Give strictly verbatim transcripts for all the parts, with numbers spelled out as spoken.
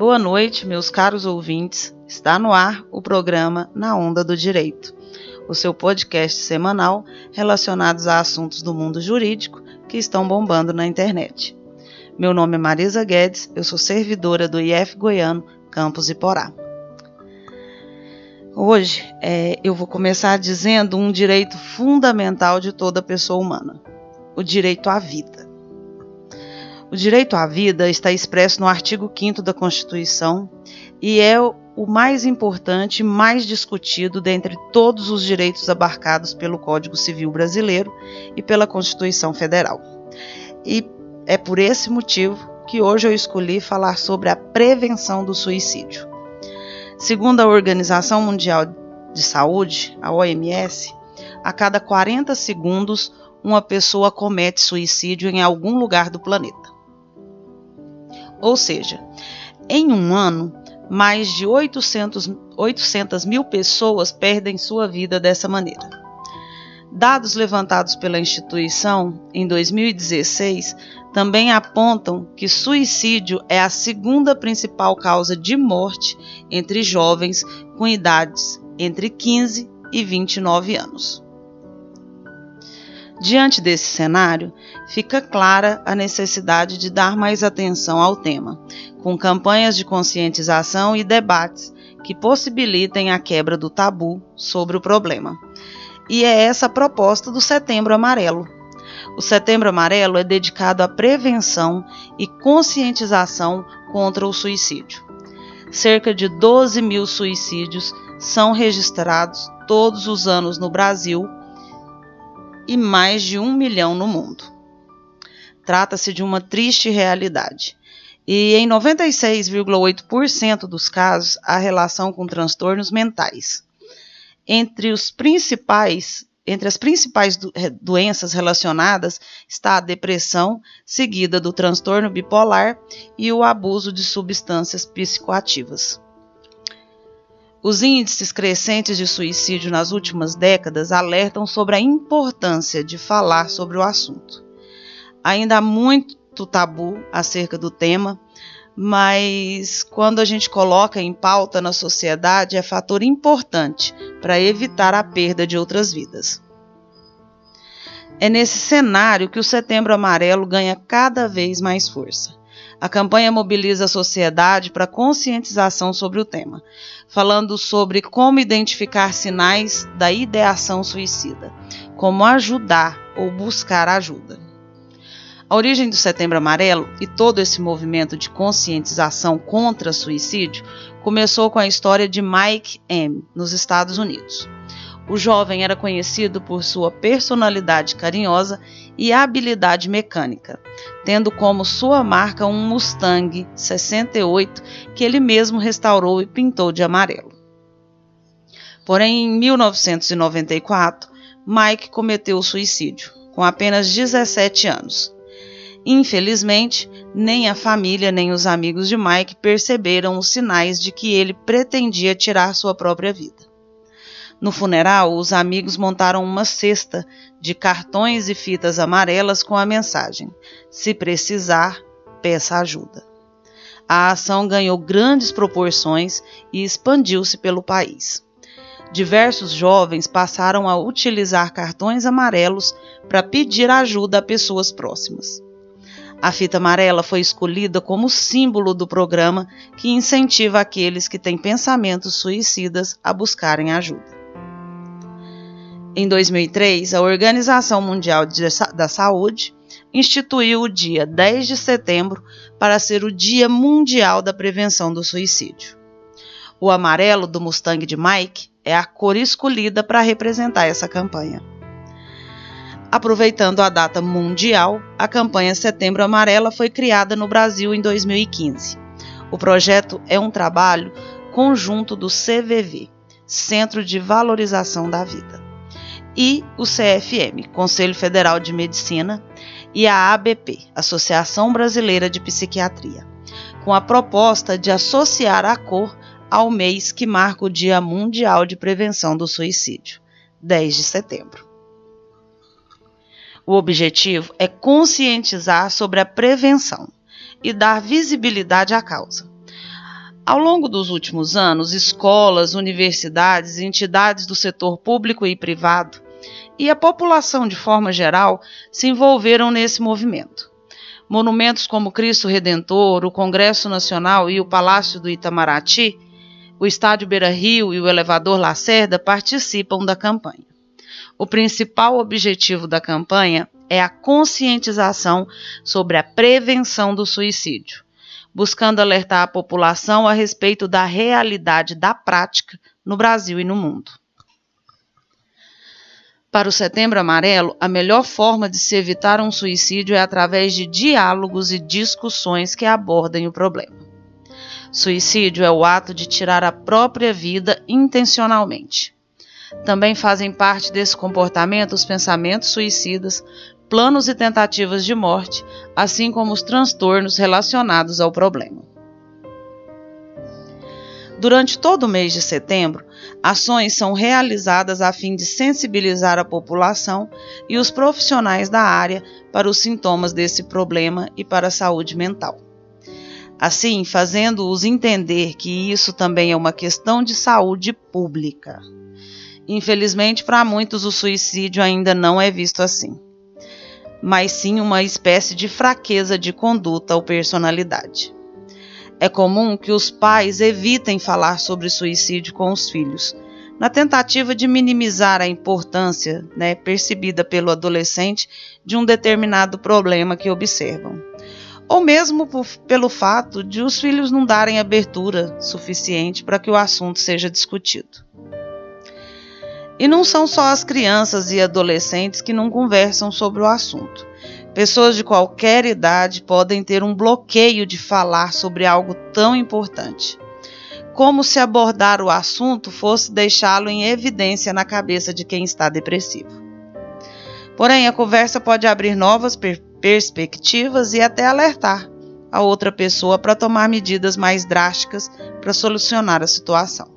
Boa noite, meus caros ouvintes. Está no ar o programa Na Onda do Direito, o seu podcast semanal relacionado a assuntos do mundo jurídico que estão bombando na internet. Meu nome é Marisa Guedes, eu sou servidora do I F Goiano, Campus Iporá. Hoje é, eu vou começar dizendo um direito fundamental de toda pessoa humana, o direito à vida. O direito à vida está expresso no artigo quinto da Constituição e é o mais importante e mais discutido dentre todos os direitos abarcados pelo Código Civil Brasileiro e pela Constituição Federal. E é por esse motivo que hoje eu escolhi falar sobre a prevenção do suicídio. Segundo a Organização Mundial de Saúde, a O M S, a cada quarenta segundos uma pessoa comete suicídio em algum lugar do planeta. Ou seja, em um ano, mais de oitocentas mil pessoas perdem sua vida dessa maneira. Dados levantados pela instituição em dois mil e dezesseis também apontam que suicídio é a segunda principal causa de morte entre jovens com idades entre quinze e vinte e nove anos. Diante desse cenário, fica clara a necessidade de dar mais atenção ao tema, com campanhas de conscientização e debates que possibilitem a quebra do tabu sobre o problema. E é essa a proposta do Setembro Amarelo. O Setembro Amarelo é dedicado à prevenção e conscientização contra o suicídio. Cerca de doze mil suicídios são registrados todos os anos no Brasil e mais de um milhão no mundo. Trata-se de uma triste realidade. E em noventa e seis vírgula oito por cento dos casos há relação com transtornos mentais. Entre, os principais, entre as principais do, doenças relacionadas está a depressão, seguida do transtorno bipolar e o abuso de substâncias psicoativas. Os índices crescentes de suicídio nas últimas décadas alertam sobre a importância de falar sobre o assunto. Ainda há muito tabu acerca do tema, mas quando a gente coloca em pauta na sociedade é fator importante para evitar a perda de outras vidas. É nesse cenário que o Setembro Amarelo ganha cada vez mais força. A campanha mobiliza a sociedade para conscientização sobre o tema, falando sobre como identificar sinais da ideação suicida, como ajudar ou buscar ajuda. A origem do Setembro Amarelo e todo esse movimento de conscientização contra suicídio começou com a história de Mike M., nos Estados Unidos. O jovem era conhecido por sua personalidade carinhosa e habilidade mecânica, tendo como sua marca um Mustang sessenta e oito que ele mesmo restaurou e pintou de amarelo. Porém, em mil novecentos e noventa e quatro, Mike cometeu o suicídio, com apenas dezessete anos. Infelizmente, nem a família nem os amigos de Mike perceberam os sinais de que ele pretendia tirar sua própria vida. No funeral, os amigos montaram uma cesta de cartões e fitas amarelas com a mensagem: "Se precisar, peça ajuda". A ação ganhou grandes proporções e expandiu-se pelo país. Diversos jovens passaram a utilizar cartões amarelos para pedir ajuda a pessoas próximas. A fita amarela foi escolhida como símbolo do programa que incentiva aqueles que têm pensamentos suicidas a buscarem ajuda. Em dois mil e três, a Organização Mundial da Saúde instituiu o dia dez de setembro para ser o Dia Mundial da Prevenção do Suicídio. O amarelo do Mustang de Mike é a cor escolhida para representar essa campanha. Aproveitando a data mundial, a campanha Setembro Amarelo foi criada no Brasil em dois mil e quinze. O projeto é um trabalho conjunto do C V V, Centro de Valorização da Vida, e o C F M, Conselho Federal de Medicina, e a A B P, Associação Brasileira de Psiquiatria, com a proposta de associar a cor ao mês que marca o Dia Mundial de Prevenção do Suicídio, dez de setembro. O objetivo é conscientizar sobre a prevenção e dar visibilidade à causa. Ao longo dos últimos anos, escolas, universidades, entidades do setor público e privado e a população de forma geral se envolveram nesse movimento. Monumentos como Cristo Redentor, o Congresso Nacional e o Palácio do Itamaraty, o Estádio Beira-Rio e o Elevador Lacerda participam da campanha. O principal objetivo da campanha é a conscientização sobre a prevenção do suicídio, buscando alertar a população a respeito da realidade da prática no Brasil e no mundo. Para o Setembro Amarelo, a melhor forma de se evitar um suicídio é através de diálogos e discussões que abordem o problema. Suicídio é o ato de tirar a própria vida intencionalmente. Também fazem parte desse comportamento os pensamentos suicidas, planos e tentativas de morte, assim como os transtornos relacionados ao problema. Durante todo o mês de setembro, ações são realizadas a fim de sensibilizar a população e os profissionais da área para os sintomas desse problema e para a saúde mental. Assim, fazendo-os entender que isso também é uma questão de saúde pública. Infelizmente, para muitos, o suicídio ainda não é visto assim, mas sim uma espécie de fraqueza de conduta ou personalidade. É comum que os pais evitem falar sobre suicídio com os filhos, na tentativa de minimizar a importância, né, percebida pelo adolescente de um determinado problema que observam, ou mesmo por, pelo fato de os filhos não darem abertura suficiente para que o assunto seja discutido. E não são só as crianças e adolescentes que não conversam sobre o assunto. Pessoas de qualquer idade podem ter um bloqueio de falar sobre algo tão importante, como se abordar o assunto fosse deixá-lo em evidência na cabeça de quem está depressivo. Porém, a conversa pode abrir novas per- perspectivas e até alertar a outra pessoa para tomar medidas mais drásticas para solucionar a situação.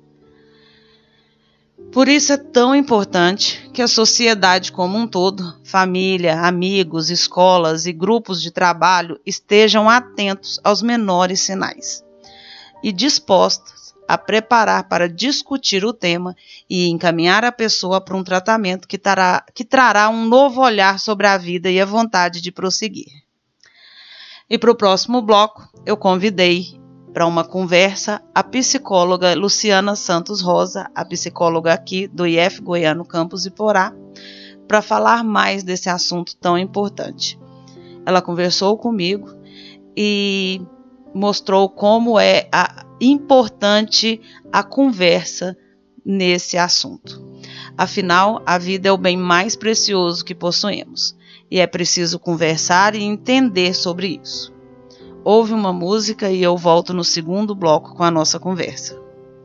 Por isso é tão importante que a sociedade como um todo, família, amigos, escolas e grupos de trabalho estejam atentos aos menores sinais e dispostos a preparar para discutir o tema e encaminhar a pessoa para um tratamento que trará, que trará um novo olhar sobre a vida e a vontade de prosseguir. E para o próximo bloco, eu convidei para uma conversa a psicóloga Luciana Santos Rosa, a psicóloga aqui do I F Goiano Campus Iporá, para falar mais desse assunto tão importante. Ela conversou comigo e mostrou como é a, importante a conversa nesse assunto. Afinal, a vida é o bem mais precioso que possuímos e é preciso conversar e entender sobre isso. Ouve uma música e eu volto no segundo bloco com a nossa conversa.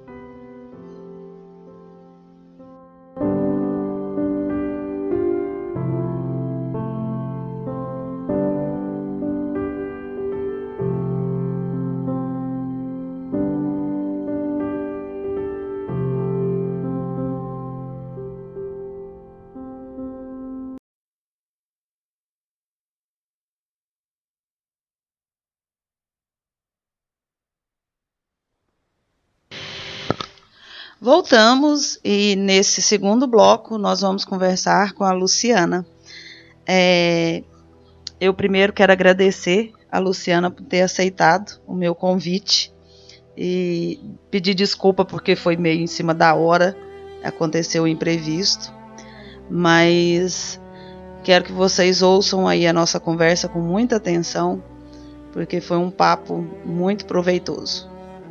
Voltamos e nesse segundo bloco nós vamos conversar com a Luciana. É, eu primeiro quero agradecer a Luciana por ter aceitado o meu convite e pedir desculpa porque foi meio em cima da hora, aconteceu o imprevisto, mas quero que vocês ouçam aí a nossa conversa com muita atenção, porque foi um papo muito proveitoso.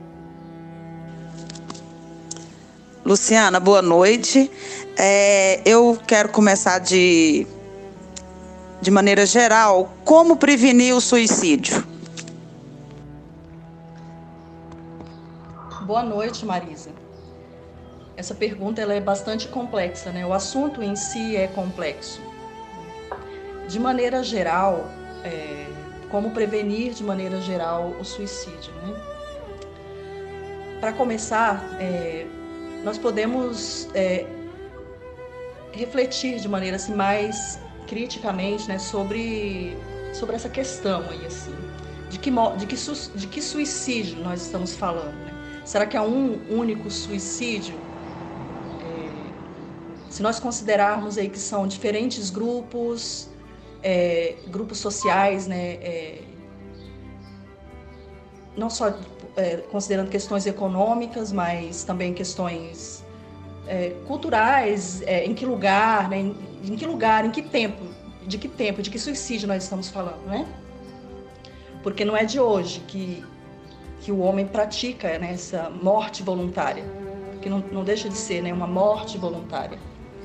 Luciana, boa noite. É, eu quero começar de, de maneira geral, como prevenir o suicídio? Boa noite, Marisa. Essa pergunta ela é bastante complexa, né? O assunto em si é complexo. De maneira geral, é, como prevenir de maneira geral o suicídio, né? Para começar, é, nós podemos é, refletir de maneira assim, mais criticamente, né, sobre, sobre essa questão aí, assim. de que, de que, de que suicídio nós estamos falando, né? Será que é um único suicídio? É, se nós considerarmos aí que são diferentes grupos, é, grupos sociais, né? É, não só é, considerando questões econômicas, mas também questões é, culturais, é, em que lugar, né? em, em que lugar, em que tempo, de que tempo, de que suicídio nós estamos falando, né? Porque não é de hoje que, que o homem pratica, né, essa morte voluntária, que não, não deixa de ser, né, uma morte voluntária.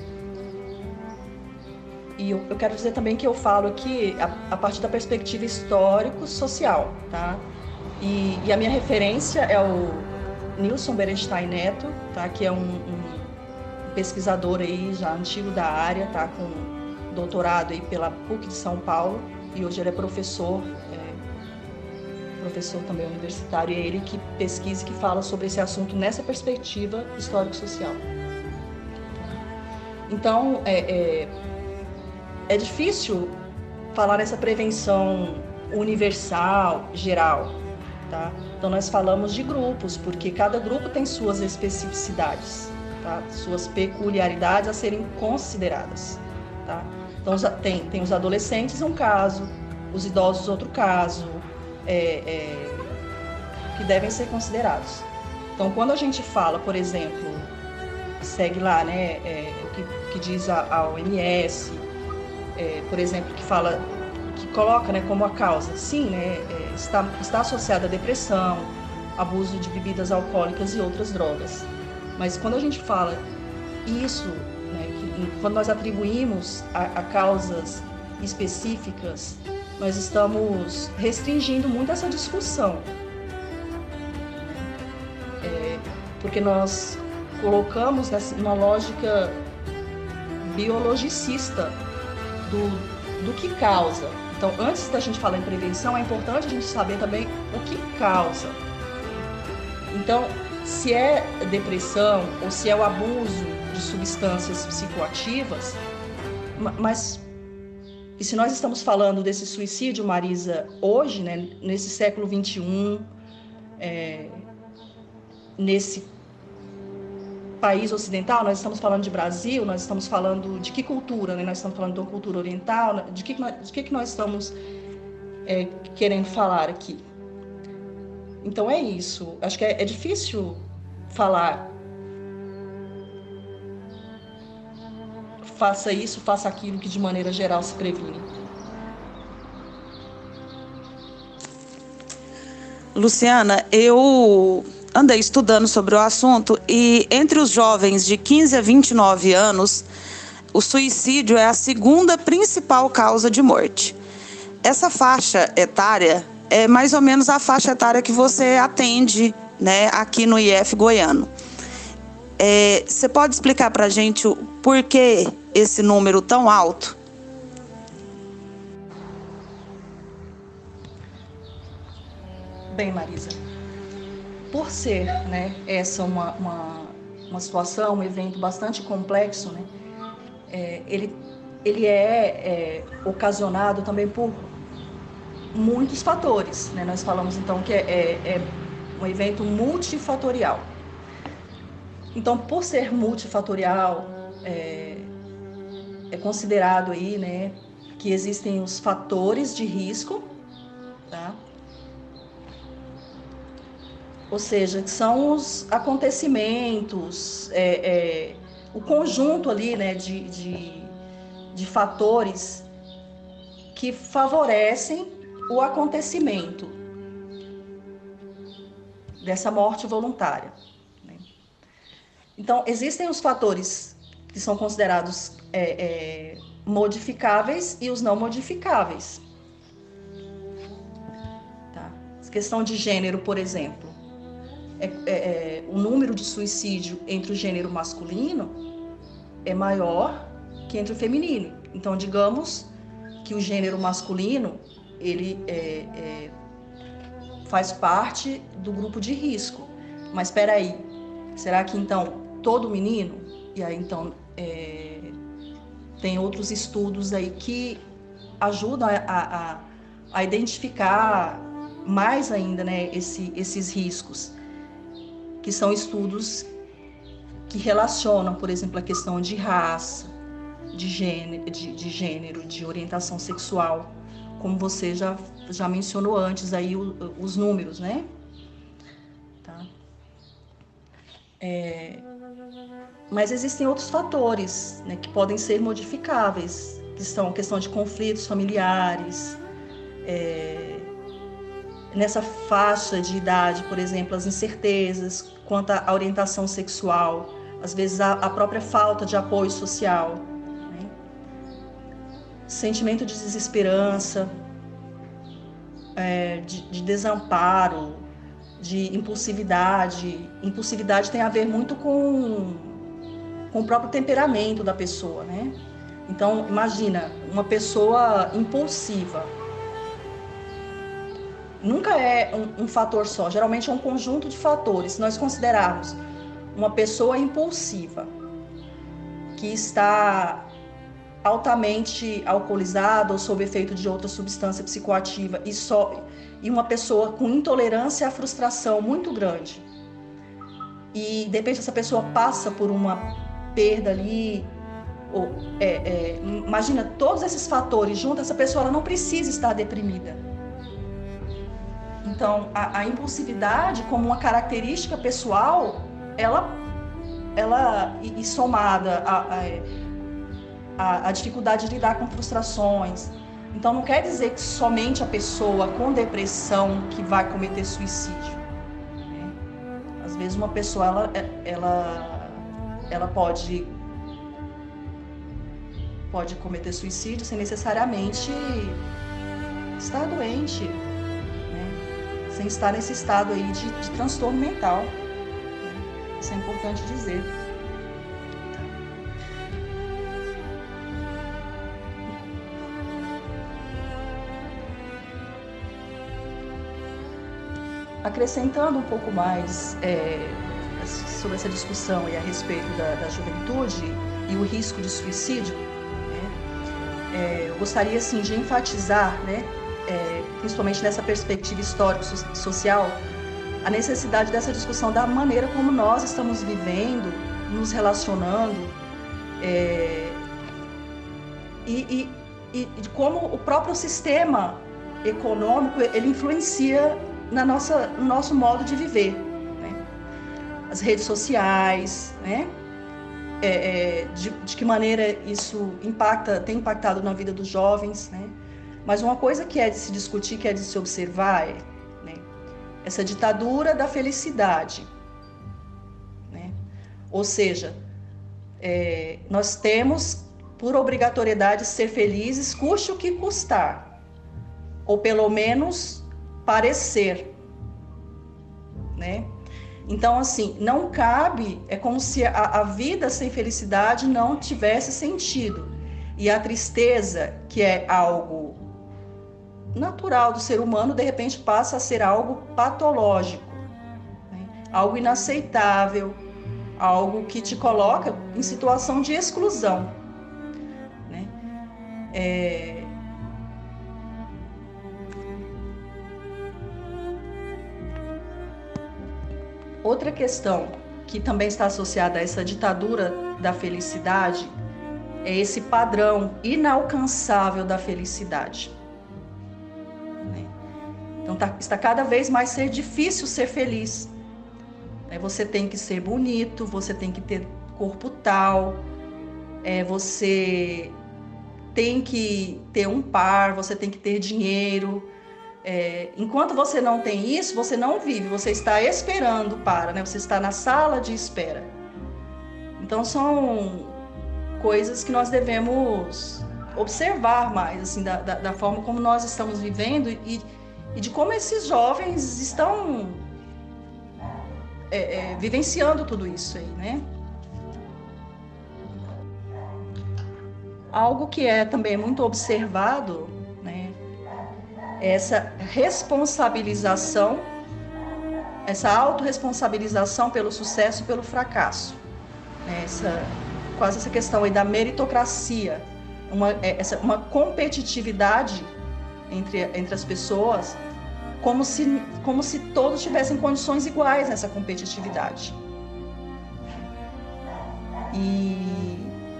E eu, eu quero dizer também que eu falo aqui a, a partir da perspectiva histórico-social, tá? E, e a minha referência é o Nilson Berenstein Neto, tá? Que é um, um pesquisador aí já antigo da área, tá? Com doutorado aí pela P U C de São Paulo, e hoje ele é professor, é, professor também universitário, e é ele que pesquisa e que fala sobre esse assunto nessa perspectiva histórico-social. Então, é, é, é difícil falar nessa prevenção universal, geral, tá? Então, nós falamos de grupos, porque cada grupo tem suas especificidades, tá? Suas peculiaridades a serem consideradas, tá? Então, tem, tem os adolescentes um caso, os idosos outro caso, é, é, que devem ser considerados. Então, quando a gente fala, por exemplo, segue lá, né, é, o que, que diz a, a O M S, é, por exemplo, que fala, que coloca, né, como a causa, sim, né, é, está, está associada à depressão, abuso de bebidas alcoólicas e outras drogas. Mas quando a gente fala isso, né, que, quando nós atribuímos a, a causas específicas, nós estamos restringindo muito essa discussão. É, porque nós colocamos nessa, numa lógica biologicista do, do que causa. Então, antes da gente falar em prevenção, é importante a gente saber também o que causa. Então, se é depressão ou se é o abuso de substâncias psicoativas, mas e se nós estamos falando desse suicídio, Marisa, hoje, né, nesse século vinte e um, é, nesse país ocidental, nós estamos falando de Brasil, nós estamos falando de que cultura, né? Nós estamos falando de uma cultura oriental, de que, de que nós estamos é, querendo falar aqui. Então é isso, acho que é, é difícil falar, faça isso, faça aquilo, que de maneira geral se previne. Luciana, eu andei estudando sobre o assunto e entre os jovens de quinze a vinte e nove anos, o suicídio é a segunda principal causa de morte. Essa faixa etária é mais ou menos a faixa etária que você atende, né, aqui no I F Goiano. É, você pode explicar para a gente o porquê esse número tão alto? Bem, Marisa, por ser, né, essa uma, uma, uma situação, um evento bastante complexo, né, é, ele, ele é, é ocasionado também por muitos fatores, né? Nós falamos então que é, é, é um evento multifatorial. Então, por ser multifatorial, é, é considerado aí, né, que existem os fatores de risco, tá? Ou seja, que são os acontecimentos, é, é, o conjunto ali, né, de, de, de fatores que favorecem o acontecimento dessa morte voluntária. Né? Então, existem os fatores que são considerados é, é, modificáveis e os não modificáveis. Tá? Questão de gênero, por exemplo. É, é, é, o número de suicídio entre o gênero masculino é maior que entre o feminino. Então, digamos que o gênero masculino ele é, é, faz parte do grupo de risco. Mas espera aí, será que então todo menino? E aí então é, tem outros estudos aí que ajudam a, a, a identificar mais ainda, né, esse, esses riscos, que são estudos que relacionam, por exemplo, a questão de raça, de gênero, de, de, gênero, de orientação sexual, como você já, já mencionou antes aí o, os números, né? Tá? É, mas existem outros fatores, né, que podem ser modificáveis, que são a questão de conflitos familiares, é, nessa faixa de idade, por exemplo, as incertezas quanto à orientação sexual, às vezes a, a própria falta de apoio social, né? Sentimento de desesperança, é, de, de desamparo, de impulsividade. Impulsividade tem a ver muito com, com o próprio temperamento da pessoa, né? Então, imagina, uma pessoa impulsiva, nunca é um, um fator só, geralmente é um conjunto de fatores. Se nós considerarmos uma pessoa impulsiva, que está altamente alcoolizada ou sob efeito de outra substância psicoativa, e, só, e uma pessoa com intolerância à frustração muito grande, e de repente essa pessoa passa por uma perda ali, ou, é, é, imagina todos esses fatores juntos, essa pessoa ela não precisa estar deprimida. Então, a, a impulsividade como uma característica pessoal, ela, ela e, e somada a, a, a dificuldade de lidar com frustrações. Então, não quer dizer que somente a pessoa com depressão que vai cometer suicídio, né? Às vezes, uma pessoa ela, ela, ela pode, pode cometer suicídio sem necessariamente estar doente, sem estar nesse estado aí de, de transtorno mental. Isso é importante dizer. Acrescentando um pouco mais é, sobre essa discussão e a respeito da, da juventude e o risco de suicídio, né, é, eu gostaria assim, de enfatizar, né, É, principalmente nessa perspectiva histórico-social, a necessidade dessa discussão da maneira como nós estamos vivendo, nos relacionando, é, e, e, e de como o próprio sistema econômico ele influencia na nossa, no nosso modo de viver, né? As redes sociais, né? É, é, de, de que maneira isso impacta, tem impactado na vida dos jovens, né? Mas uma coisa que é de se discutir, que é de se observar, é, né, essa ditadura da felicidade, né? Ou seja, é, nós temos, por obrigatoriedade, ser felizes, custe o que custar, ou pelo menos parecer, né? Então, assim, não cabe, é como se a, a vida sem felicidade não tivesse sentido. E a tristeza, que é algo natural do ser humano, de repente passa a ser algo patológico, né? Algo inaceitável, algo que te coloca em situação de exclusão, né? É... Outra questão que também está associada a essa ditadura da felicidade é esse padrão inalcançável da felicidade. Então tá, está cada vez mais ser difícil ser feliz. É, você tem que ser bonito, você tem que ter corpo tal, é, você tem que ter um par, você tem que ter dinheiro. É, enquanto você não tem isso, você não vive, você está esperando para, né? Você está na sala de espera. Então são coisas que nós devemos observar mais, assim, da, da, da forma como nós estamos vivendo e e de como esses jovens estão é, é, vivenciando tudo isso aí, né? Algo que é também muito observado, né, é essa responsabilização, essa autorresponsabilização pelo sucesso e pelo fracasso, né? Essa, quase essa questão aí da meritocracia, uma, essa, uma competitividade Entre, entre as pessoas, como se, como se todos tivessem condições iguais nessa competitividade. E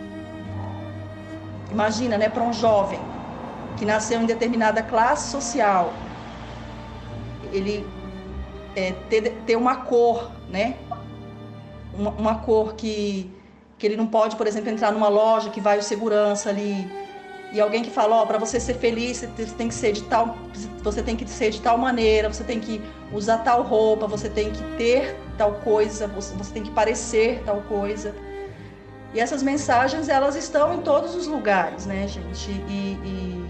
imagina, né, para um jovem que nasceu em determinada classe social, ele é, ter, ter uma cor, né, uma, uma cor que, que ele não pode, por exemplo, entrar numa loja que vai o segurança ali, e alguém que fala, ó, oh, para você ser feliz, você tem que ser de tal, você tem que ser de tal maneira, você tem que usar tal roupa, você tem que ter tal coisa, você, você tem que parecer tal coisa. E essas mensagens, elas estão em todos os lugares, né, gente? E, e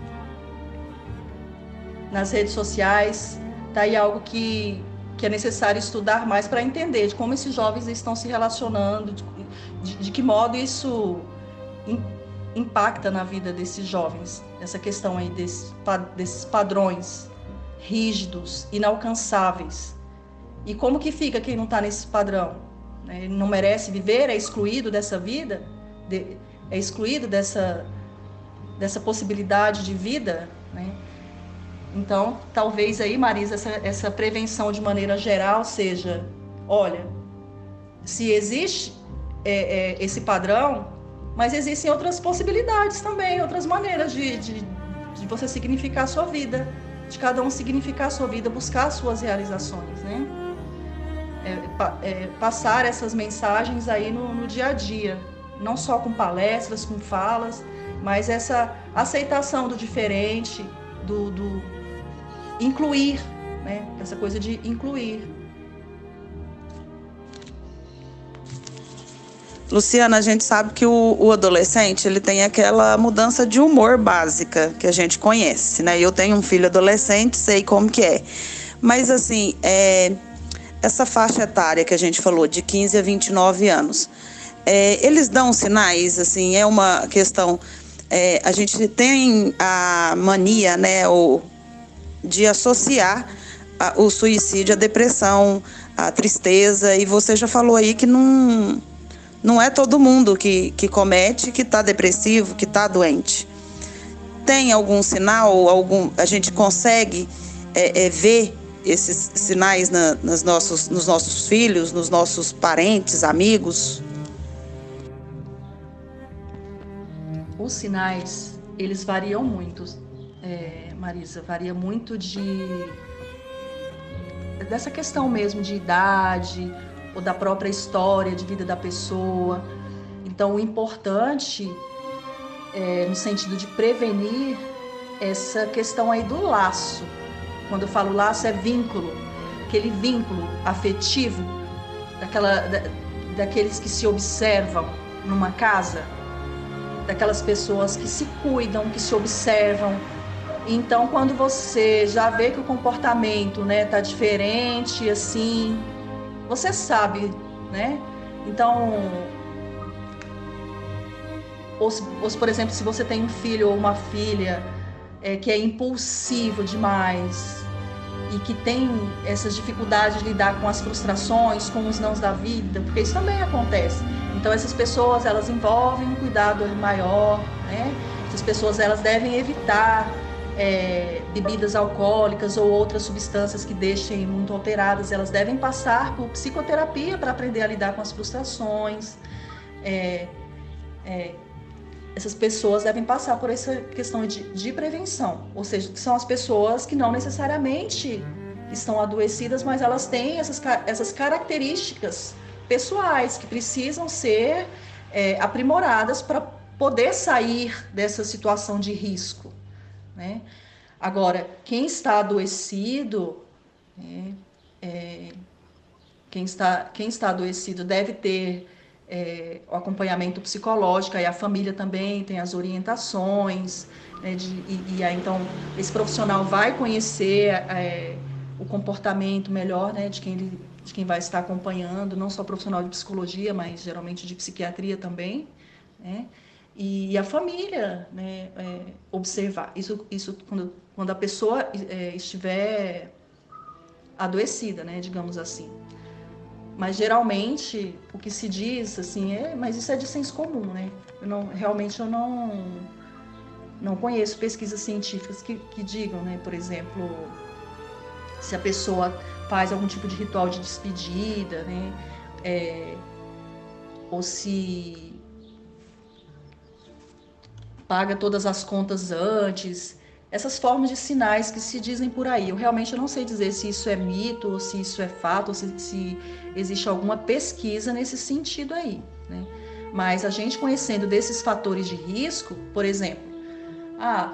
nas redes sociais, tá aí algo que, que é necessário estudar mais para entender de como esses jovens estão se relacionando, de, de, de que modo isso in, impacta na vida desses jovens, essa questão aí desse, desses padrões rígidos, inalcançáveis. E como que fica quem não está nesse padrão? Ele não merece viver, é excluído dessa vida, é excluído dessa, dessa possibilidade de vida, né? Então, talvez aí, Marisa, essa, essa prevenção de maneira geral seja, olha, se existe é, é, esse padrão, mas existem outras possibilidades também, outras maneiras de, de, de você significar a sua vida, de cada um significar a sua vida, buscar as suas realizações, né? É, é, passar essas mensagens aí no, no dia a dia, não só com palestras, com falas, mas essa aceitação do diferente, do, do incluir, né? Essa coisa de incluir. Luciana, a gente sabe que o, o adolescente, ele tem aquela mudança de humor básica que a gente conhece, né? Eu tenho um filho adolescente, sei como que é. Mas assim, é... essa faixa etária que a gente falou, de quinze a vinte e nove anos, é, eles dão sinais, assim, é uma questão, é, a gente tem a mania, né, o, de associar a, o suicídio à depressão, à tristeza, e você já falou aí que não, não é todo mundo que, que comete, que está depressivo, que está doente. Tem algum sinal, algum, a gente consegue é, é, ver esses sinais na, nas nossos, nos nossos filhos, nos nossos parentes, amigos? Os sinais, eles variam muito, é, Marisa, varia muito de dessa questão mesmo de idade ou da própria história de vida da pessoa. Então, o importante, é, no sentido de prevenir essa questão aí do laço. Quando eu falo laço, é vínculo, aquele vínculo afetivo, daquela, da, daqueles que se observam numa casa, daquelas pessoas que se cuidam, que se observam. Então, quando você já vê que o comportamento, né, tá diferente, assim, você sabe, né? Então, ou, ou por exemplo, se você tem um filho ou uma filha É, que é impulsivo demais e que tem essas dificuldades de lidar com as frustrações, com os nãos da vida, porque isso também acontece. Então essas pessoas, elas envolvem um cuidado maior, né? Essas pessoas, elas devem evitar é, bebidas alcoólicas ou outras substâncias que deixem muito alteradas. Elas devem passar por psicoterapia para aprender a lidar com as frustrações. É, é, essas pessoas devem passar por essa questão de, de prevenção, ou seja, são as pessoas que não necessariamente estão adoecidas, mas elas têm essas, essas características pessoais que precisam ser é, aprimoradas para poder sair dessa situação de risco, né? Agora, quem está adoecido, é, é, quem, está, quem está adoecido deve ter É, o acompanhamento psicológico, e a família também tem as orientações, né, de, e, e aí então esse profissional vai conhecer é, o comportamento melhor, né, de, quem ele, de quem vai estar acompanhando, não só profissional de psicologia, mas geralmente de psiquiatria também, né, e, e a família, né, é, observar isso, isso quando, quando a pessoa é, estiver adoecida, né, digamos assim. Mas geralmente o que se diz assim é, mas isso é de senso comum, né? Eu não, realmente eu não não conheço pesquisas científicas que, que digam, né? Por exemplo, se a pessoa faz algum tipo de ritual de despedida, né? É, ou se paga todas as contas antes. Essas formas de sinais que se dizem por aí. Eu realmente não sei dizer se isso é mito, ou se isso é fato, ou se, se existe alguma pesquisa nesse sentido aí, né? Mas a gente conhecendo desses fatores de risco, por exemplo, ah,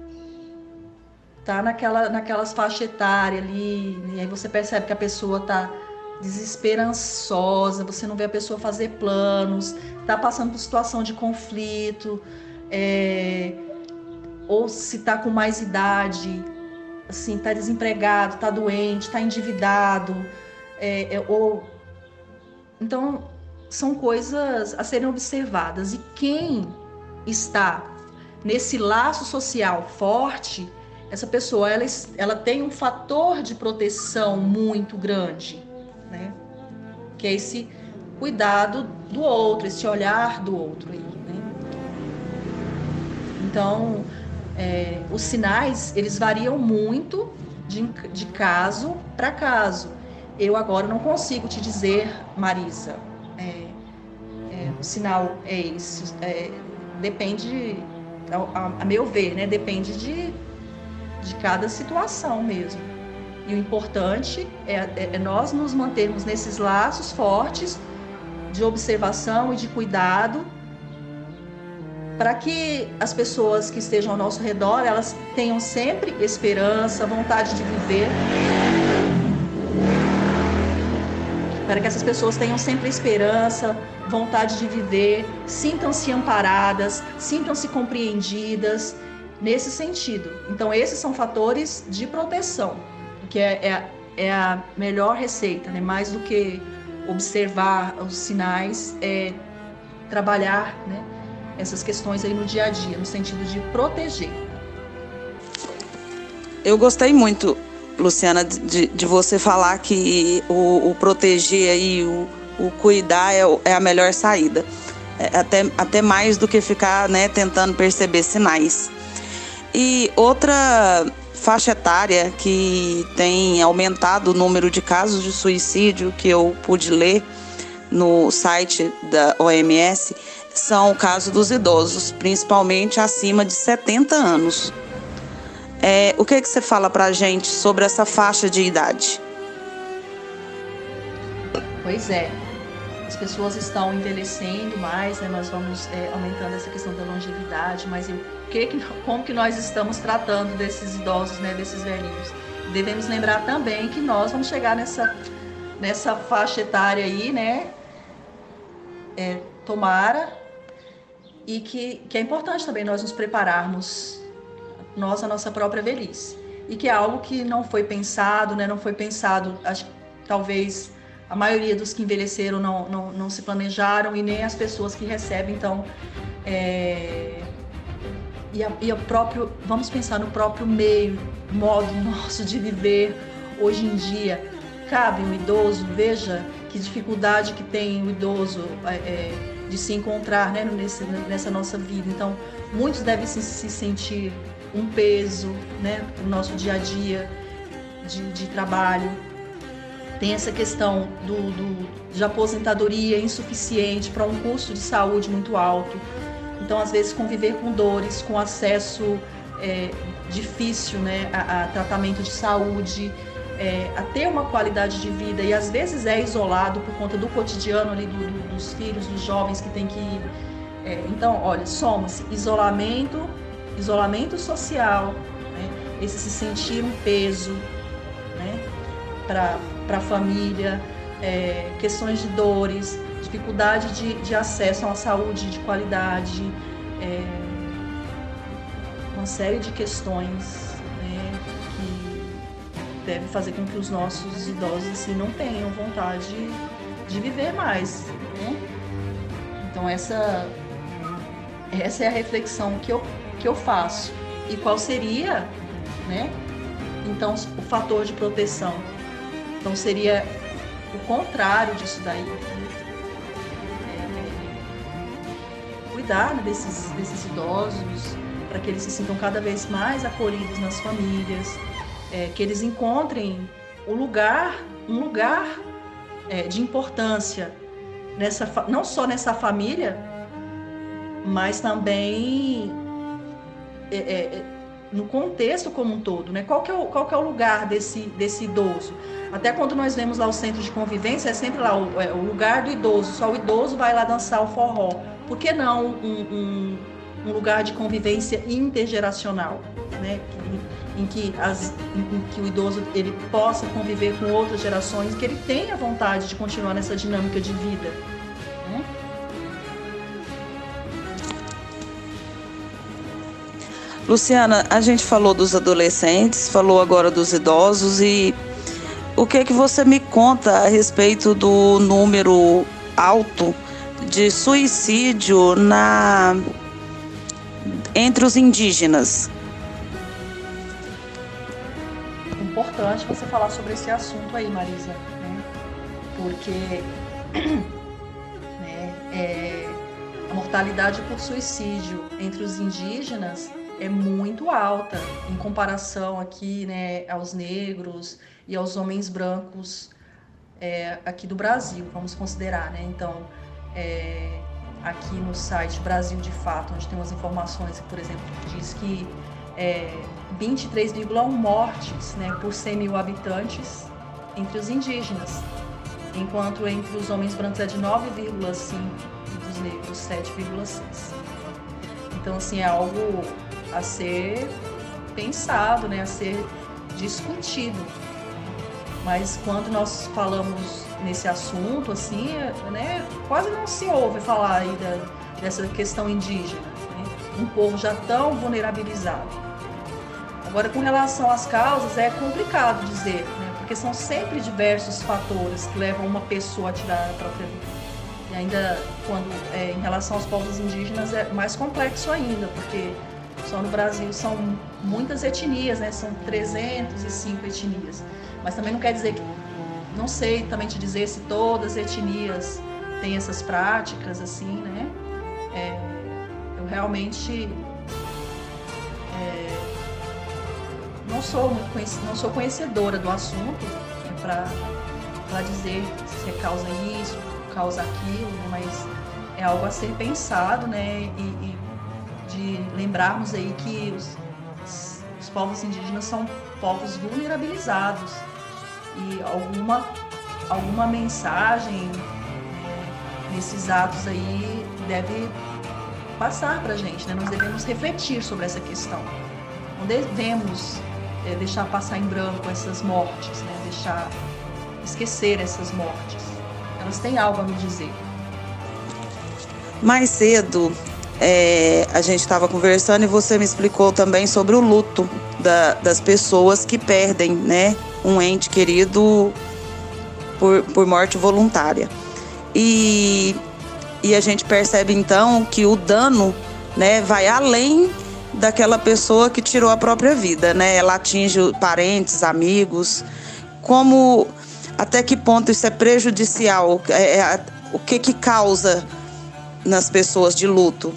tá naquela, naquelas faixas etárias ali, e aí você percebe que a pessoa tá desesperançosa, você não vê a pessoa fazer planos, tá passando por situação de conflito, é, ou se tá com mais idade, assim, tá desempregado, tá doente, tá endividado, é, é, ou... Então, são coisas a serem observadas. E quem está nesse laço social forte, essa pessoa, ela, ela tem um fator de proteção muito grande, né? Que é esse cuidado do outro, esse olhar do outro aí, né? Então, é, os sinais, eles variam muito de, de caso para caso. Eu agora não consigo te dizer, Marisa, é, é, o sinal é esse. É, depende, a, a meu ver, né? Depende de, de cada situação mesmo. E o importante é, é, é nós nos mantermos nesses laços fortes de observação e de cuidado, para que as pessoas que estejam ao nosso redor, elas tenham sempre esperança, vontade de viver. Para que essas pessoas tenham sempre esperança, vontade de viver, sintam-se amparadas, sintam-se compreendidas, nesse sentido. Então, esses são fatores de proteção, que é, é, é a melhor receita, né? Mais do que observar os sinais, é trabalhar, né, essas questões aí no dia a dia, no sentido de proteger. Eu gostei muito, Luciana, de, de você falar que o, o proteger e o, o cuidar é, é a melhor saída. É até, até mais do que ficar, né, tentando perceber sinais. E outra faixa etária que tem aumentado o número de casos de suicídio que eu pude ler no site da O M S são o caso dos idosos, principalmente acima de setenta anos. É, o que, é que você fala pra gente sobre essa faixa de idade? Pois é, as pessoas estão envelhecendo mais, né? Nós vamos é, aumentando essa questão da longevidade, mas eu, que, como que nós estamos tratando desses idosos, né? Desses velhinhos? Devemos lembrar também que nós vamos chegar nessa, nessa faixa etária aí, né? É, tomara, e que, que é importante também nós nos prepararmos, nós, a nossa própria velhice. E que é algo que não foi pensado, né? Não foi pensado, acho que talvez a maioria dos que envelheceram não, não, não se planejaram, e nem as pessoas que recebem. Então, é, e, a, e a próprio, vamos pensar no próprio meio, modo nosso de viver hoje em dia. Cabe um idoso, veja que dificuldade que tem o idoso é, de se encontrar, né, nesse, nessa nossa vida. Então, muitos devem se, se sentir um peso, né, no nosso dia a dia de, de trabalho. Tem essa questão do, do, de aposentadoria insuficiente para um custo de saúde muito alto. Então, às vezes, conviver com dores, com acesso é, difícil, né, a, a tratamento de saúde, é, a ter uma qualidade de vida, e às vezes é isolado por conta do cotidiano ali do, do, dos filhos, dos jovens que tem que ir. É, então, olha, soma-se isolamento, isolamento social, né, esse se sentir um peso, né, para para a família, é, questões de dores, dificuldade de, de acesso a uma saúde de qualidade, é, uma série de questões, né, que deve fazer com que os nossos idosos assim, não tenham vontade de viver mais, né? Então essa, essa é a reflexão que eu, que eu faço. E qual seria, né, então, o fator de proteção? Então seria o contrário disso daí. É, cuidar, né, desses, desses idosos, para que eles se sintam cada vez mais acolhidos nas famílias, é, que eles encontrem o lugar, um lugar é, de importância, nessa, não só nessa família, mas também é, é, no contexto como um todo, né? Qual que é o, qual que é o lugar desse, desse idoso? Até quando nós vemos lá o centro de convivência, é sempre lá o, é, o lugar do idoso, só o idoso vai lá dançar o forró. Por que não um, um, um lugar de convivência intergeracional, né? Em, em, que as, em, em que o idoso ele possa conviver com outras gerações, que ele tenha vontade de continuar nessa dinâmica de vida, né? Luciana, a gente falou dos adolescentes, falou agora dos idosos, e o que é que você me conta a respeito do número alto de suicídio na... entre os indígenas? Importante você falar sobre esse assunto aí, Marisa, né? Porque né, é, a mortalidade por suicídio entre os indígenas é muito alta em comparação aqui, né, aos negros e aos homens brancos é, aqui do Brasil, vamos considerar, né? Então, é, aqui no site Brasil de Fato, onde tem umas informações que, por exemplo, diz que é, vinte e três vírgula um mortes, né, por cem mil habitantes entre os indígenas, enquanto entre os homens brancos é de nove vírgula cinco e dos negros sete vírgula seis. Então, assim, é algo a ser pensado, né, a ser discutido. Mas quando nós falamos nesse assunto, assim, né, quase não se ouve falar aí da, dessa questão indígena, né, um povo já tão vulnerabilizado. Agora, com relação às causas, é complicado dizer, né, porque são sempre diversos fatores que levam uma pessoa a tirar a própria vida. E ainda, quando é, em relação aos povos indígenas, é mais complexo ainda, porque só no Brasil são muitas etnias, né? São trezentas e cinco etnias. Mas também não quer dizer que... Não sei também te dizer se todas as etnias têm essas práticas, assim, né? É, eu realmente... É, não sou muito conhec... não sou conhecedora do assunto, né, para dizer se é causa isso, causa aquilo, né? Mas é algo a ser pensado, né? E, e de lembrarmos aí que os, os povos indígenas são povos vulnerabilizados e alguma, alguma mensagem, né, nesses atos aí deve passar para a gente, né? Nós devemos refletir sobre essa questão. Não devemos é, deixar passar em branco essas mortes, né? Deixar esquecer essas mortes. Elas têm algo a nos dizer. Mais cedo, É, a gente estava conversando e você me explicou também sobre o luto da, das pessoas que perdem, né, um ente querido por, por morte voluntária. E, e a gente percebe então que o dano, né, vai além daquela pessoa que tirou a própria vida, né? Ela atinge parentes, amigos. Como, até que ponto isso é prejudicial? É, é, o que que causa nas pessoas de luto?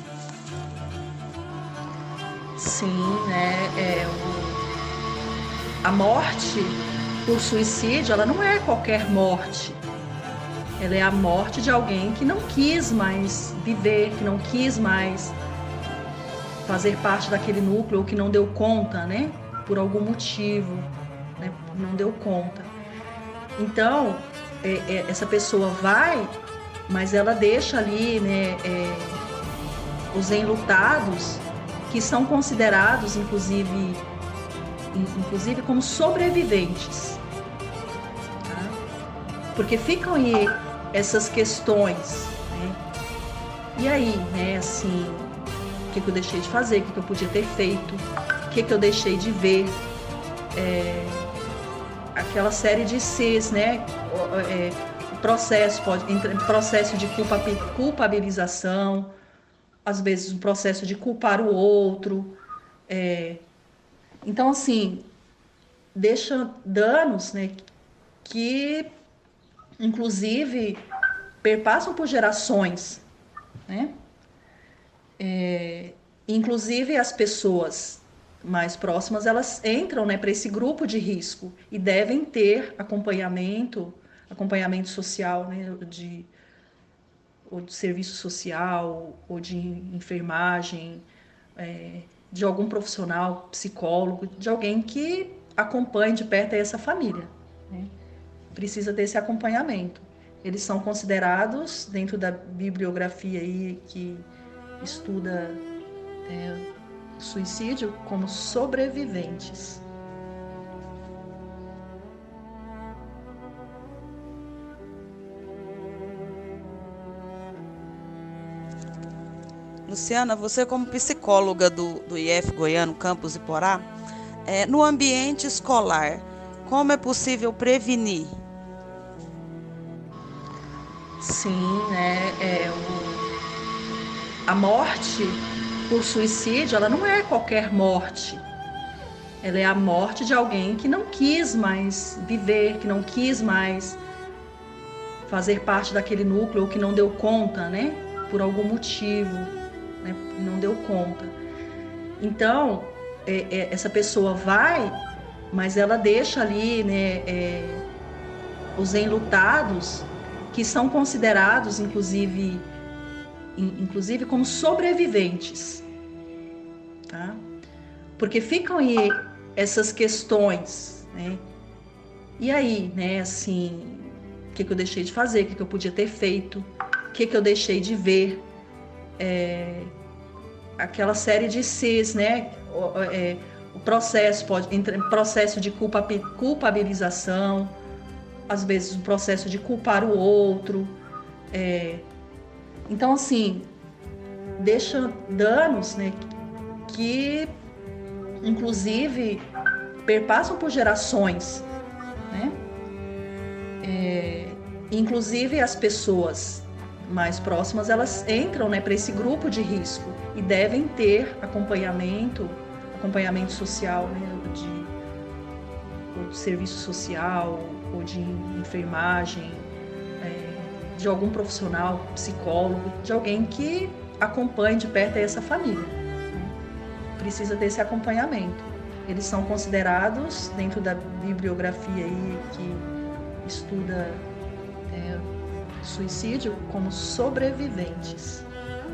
Sim, né? É, o... A morte por suicídio, ela não é qualquer morte. Ela é a morte de alguém que não quis mais viver, que não quis mais fazer parte daquele núcleo, ou que não deu conta, né? Por algum motivo, né? Não deu conta. Então, é, é, essa pessoa vai, mas ela deixa ali, né, é, os enlutados, que são considerados, inclusive, inclusive como sobreviventes, tá? Porque ficam aí essas questões, né? E aí, né, assim, o que, que eu deixei de fazer, o que, que eu podia ter feito, o que, que eu deixei de ver, é, aquela série de Cs, né? É, processo, pode, processo de culpabilização, às vezes um processo de culpar o outro. É, então, assim, deixa danos, né, que, inclusive, perpassam por gerações, né? É, inclusive, as pessoas mais próximas, elas entram, né, para esse grupo de risco e devem ter acompanhamento, acompanhamento social, né, de, ou de serviço social, ou de enfermagem, é, de algum profissional, psicólogo, de alguém que acompanhe de perto essa família, né? Precisa desse acompanhamento. Eles são considerados, dentro da bibliografia aí que estuda é, suicídio, como sobreviventes. Luciana, você como psicóloga do, do I F Goiano, Campus Iporá, é, no ambiente escolar, como é possível prevenir? Sim, né? É, o, a morte por suicídio, ela não é qualquer morte. Ela é a morte de alguém que não quis mais viver, que não quis mais fazer parte daquele núcleo, ou que não deu conta, né? Por algum motivo, né? Não deu conta. Então, é, é, essa pessoa vai, mas ela deixa ali, né, é, os enlutados, que são considerados, inclusive, inclusive como sobreviventes, tá? Porque ficam aí essas questões, né? E aí, né, assim, o que, que eu deixei de fazer, o que, que eu podia ter feito, o que, que eu deixei de ver, é, aquela série de cis, né? O, é, o processo pode entrar em processo de culpa, culpabilização, às vezes um processo de culpar o outro. É, então, assim, deixa danos, né, que, inclusive, perpassam por gerações, né? É, inclusive, as pessoas mais próximas, elas entram, né, para esse grupo de risco e devem ter acompanhamento, acompanhamento social, né, de, ou de serviço social, ou de enfermagem, é, de algum profissional, psicólogo, de alguém que acompanhe de perto essa família, né? Precisa desse acompanhamento. Eles são considerados, dentro da bibliografia aí que estuda é, suicídio, como sobreviventes.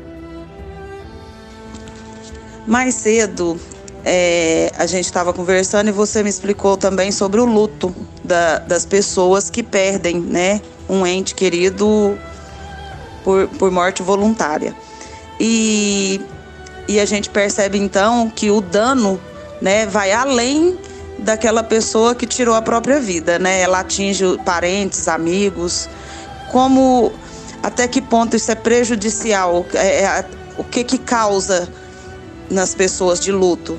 Mais cedo, é, a gente estava conversando e você me explicou também sobre o luto da, das pessoas que perdem, né, um ente querido por, por morte voluntária. E, e a gente percebe então que o dano, né, vai além daquela pessoa que tirou a própria vida, né? Ela atinge parentes, amigos. Como, até que ponto isso é prejudicial? É, é, o que que causa nas pessoas de luto?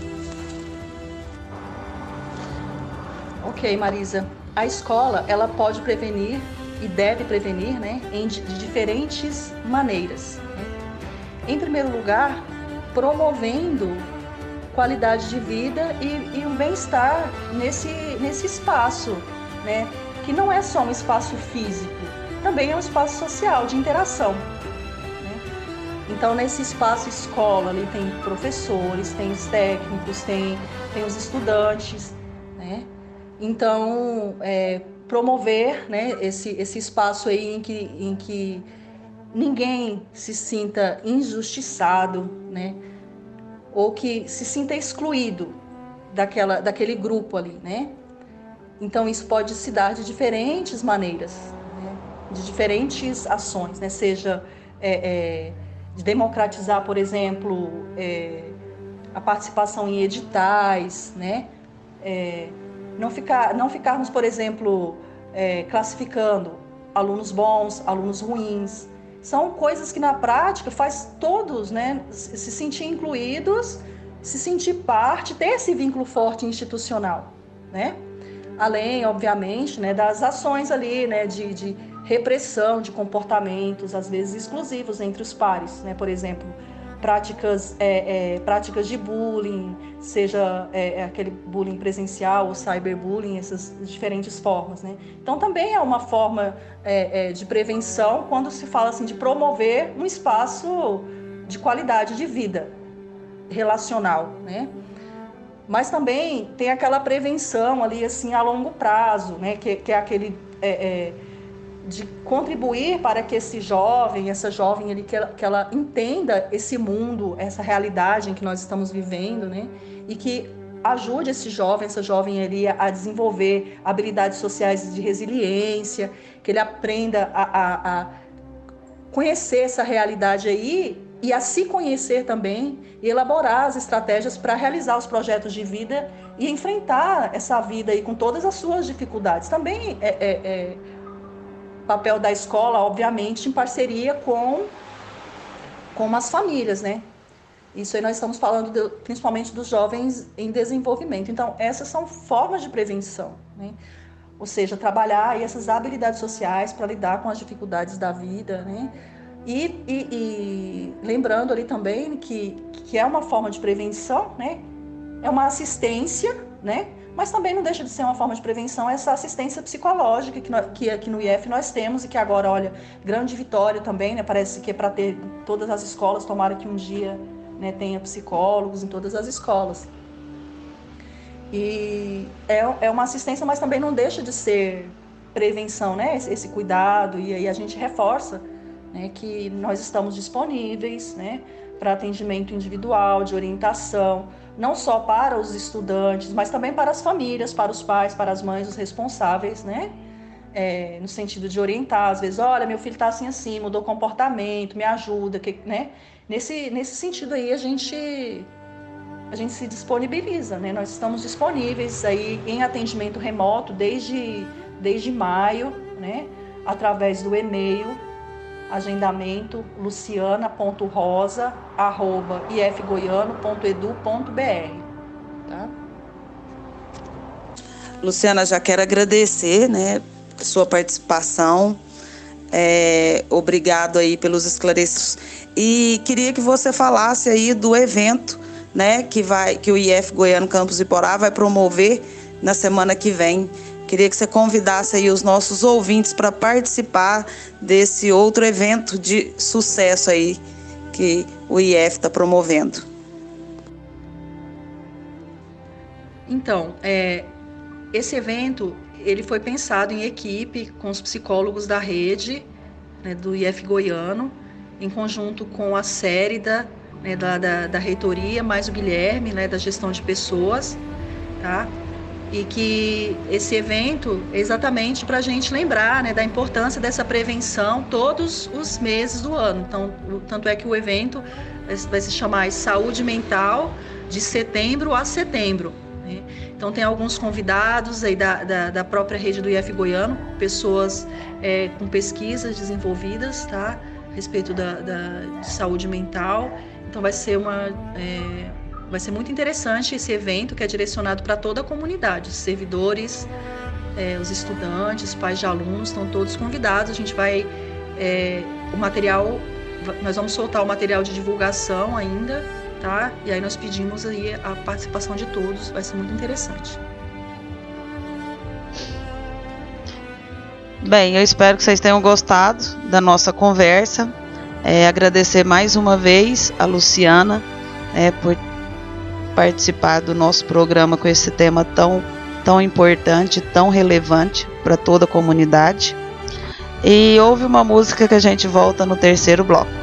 Ok, Marisa. A escola, ela pode prevenir e deve prevenir, né, em, de diferentes maneiras, né? Em primeiro lugar, promovendo qualidade de vida e, e um bem-estar nesse, nesse espaço, né? Que não é só um espaço físico, também é um espaço social, de interação, né? Então, nesse espaço escola, ali tem professores, tem os técnicos, tem, tem os estudantes, né? Então, é, promover, né, esse, esse espaço aí em que, em que ninguém se sinta injustiçado, né? Ou que se sinta excluído daquela, daquele grupo ali, né? Então, isso pode se dar de diferentes maneiras, né? De diferentes ações, né? Seja é, é, de democratizar, por exemplo, é, a participação em editais, né? É, não, ficar, não ficarmos, por exemplo, é, classificando alunos bons, alunos ruins. São coisas que na prática faz todos, né, se sentir incluídos, se sentir parte, ter esse vínculo forte institucional, né? Além, obviamente, né, das ações ali, né, de, de repressão de comportamentos, às vezes exclusivos entre os pares, né? Por exemplo, práticas, é, é, práticas de bullying, seja é, aquele bullying presencial, o cyberbullying, essas diferentes formas, né? Então, também é uma forma é, é, de prevenção quando se fala assim, de promover um espaço de qualidade de vida relacional, né? Mas também tem aquela prevenção ali, assim, a longo prazo, né? Que, que é aquele é, é, de contribuir para que esse jovem, essa jovem ali, que ela, que ela entenda esse mundo, essa realidade em que nós estamos vivendo, né? E que ajude esse jovem, essa jovem ali a desenvolver habilidades sociais de resiliência, que ele aprenda a, a, a conhecer essa realidade aí e a se conhecer também e elaborar as estratégias para realizar os projetos de vida e enfrentar essa vida aí com todas as suas dificuldades. Também é, é, é papel da escola, obviamente, em parceria com, com as famílias, né? Isso aí nós estamos falando de, principalmente dos jovens em desenvolvimento. Então, essas são formas de prevenção, né? Ou seja, trabalhar aí essas habilidades sociais para lidar com as dificuldades da vida, né? E, e, e lembrando ali também que, que é uma forma de prevenção, né? É uma assistência, né? Mas também não deixa de ser uma forma de prevenção essa assistência psicológica que, nós, que aqui no I F nós temos e que agora, olha, grande vitória também, né? Parece que é para ter todas as escolas, tomara que um dia, né, tenha psicólogos em todas as escolas. E é, é uma assistência, mas também não deixa de ser prevenção, né? Esse, esse cuidado, e aí a gente reforça, né, que nós estamos disponíveis, né, para atendimento individual, de orientação, não só para os estudantes, mas também para as famílias, para os pais, para as mães, os responsáveis, né, é, no sentido de orientar, às vezes, olha, meu filho está assim, assim, mudou comportamento, me ajuda, que, né, nesse, nesse sentido aí a gente, a gente se disponibiliza, né, nós estamos disponíveis aí em atendimento remoto desde, desde maio, né, através do e-mail, agendamento luciana ponto rosa arroba i f goiano ponto edu ponto b r, tá? Luciana, já quero agradecer, né, sua participação, é, obrigado aí pelos esclarecimentos, e queria que você falasse aí do evento, né, que, vai, que o I F Goiano Campus Iporá vai promover na semana que vem. Queria que você convidasse aí os nossos ouvintes para participar desse outro evento de sucesso aí que o I F está promovendo. Então, é, esse evento ele foi pensado em equipe com os psicólogos da rede, né, do I F Goiano, em conjunto com a Sérida, né, da, da, da reitoria, mais o Guilherme, né, da gestão de pessoas, tá? E que esse evento é exatamente para a gente lembrar, né, da importância dessa prevenção todos os meses do ano. Então, o, tanto é que o evento vai se chamar Saúde Mental de setembro a setembro, né? Então, tem alguns convidados aí da, da, da própria rede do I F Goiano, pessoas é, com pesquisas desenvolvidas, tá, a respeito da, da, de saúde mental. Então, vai ser uma... É, Vai ser muito interessante esse evento, que é direcionado para toda a comunidade, os servidores, é, os estudantes, pais de alunos, estão todos convidados. A gente vai, é, o material, nós vamos soltar o material de divulgação ainda, tá? E aí nós pedimos aí a participação de todos, vai ser muito interessante. Bem, eu espero que vocês tenham gostado da nossa conversa. É, agradecer mais uma vez a Luciana, é, por participar do nosso programa com esse tema tão, tão importante, tão relevante para toda a comunidade. E ouve uma música que a gente volta no terceiro bloco.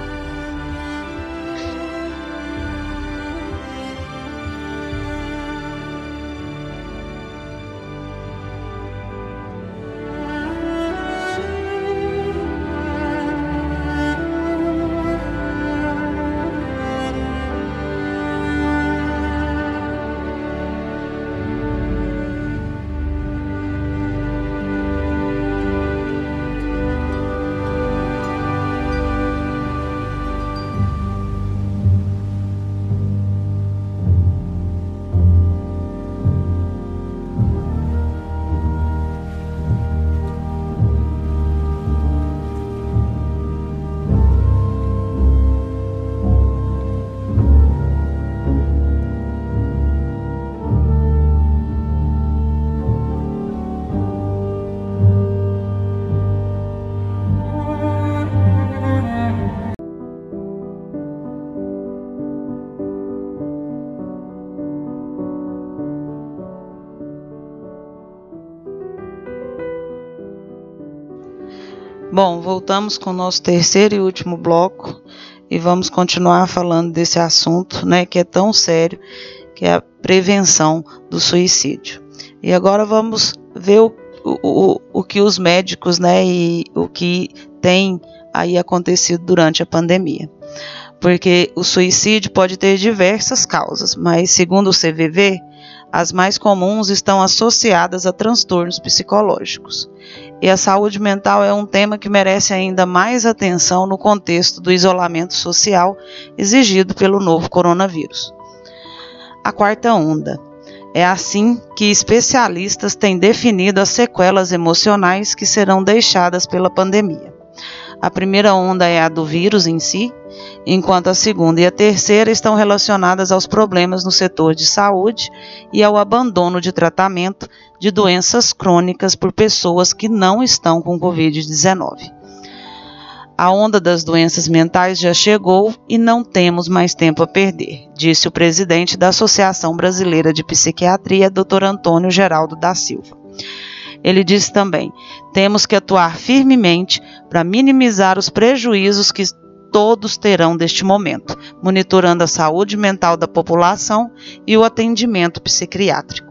Bom, voltamos com o nosso terceiro e último bloco e vamos continuar falando desse assunto, né, que é tão sério, que é a prevenção do suicídio. E agora vamos ver o, o, o que os médicos, né, e o que tem aí acontecido durante a pandemia. Porque o suicídio pode ter diversas causas, mas segundo o C V V, as mais comuns estão associadas a transtornos psicológicos. E a saúde mental é um tema que merece ainda mais atenção no contexto do isolamento social exigido pelo novo coronavírus. A quarta onda. É assim que especialistas têm definido as sequelas emocionais que serão deixadas pela pandemia. A primeira onda é a do vírus em si, enquanto a segunda e a terceira estão relacionadas aos problemas no setor de saúde e ao abandono de tratamento de doenças crônicas por pessoas que não estão com covid dezenove. A onda das doenças mentais já chegou e não temos mais tempo a perder, disse o presidente da Associação Brasileira de Psiquiatria, doutor Antônio Geraldo da Silva. Ele disse também: temos que atuar firmemente para minimizar os prejuízos que todos terão deste momento, monitorando a saúde mental da população e o atendimento psiquiátrico.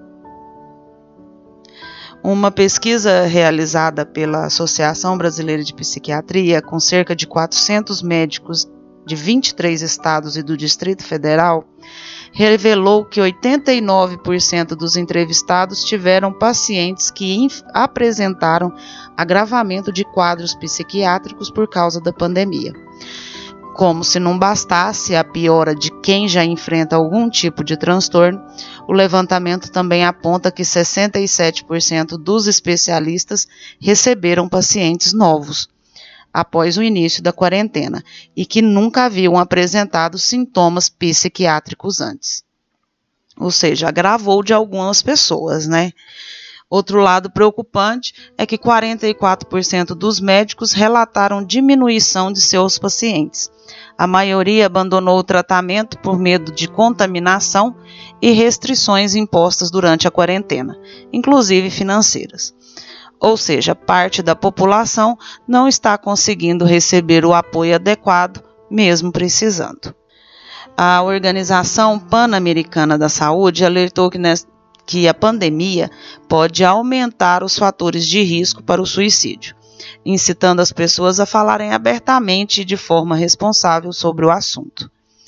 Uma pesquisa realizada pela Associação Brasileira de Psiquiatria, com cerca de quatrocentos médicos de vinte e três estados e do Distrito Federal, revelou que oitenta e nove por cento dos entrevistados tiveram pacientes que apresentaram agravamento de quadros psiquiátricos por causa da pandemia. Como se não bastasse a piora de quem já enfrenta algum tipo de transtorno, o levantamento também aponta que sessenta e sete por cento dos especialistas receberam pacientes novos após o início da quarentena e que nunca haviam apresentado sintomas psiquiátricos antes. Ou seja, agravou de algumas pessoas, né? Outro lado preocupante é que quarenta e quatro por cento dos médicos relataram diminuição de seus pacientes. A maioria abandonou o tratamento por medo de contaminação e restrições impostas durante a quarentena, inclusive financeiras. Ou seja, parte da população não está conseguindo receber o apoio adequado, mesmo precisando. A Organização Pan-Americana da Saúde alertou que, nessa, que a pandemia pode aumentar os fatores de risco para o suicídio, incitando as pessoas a falarem abertamente e de forma responsável sobre o assunto.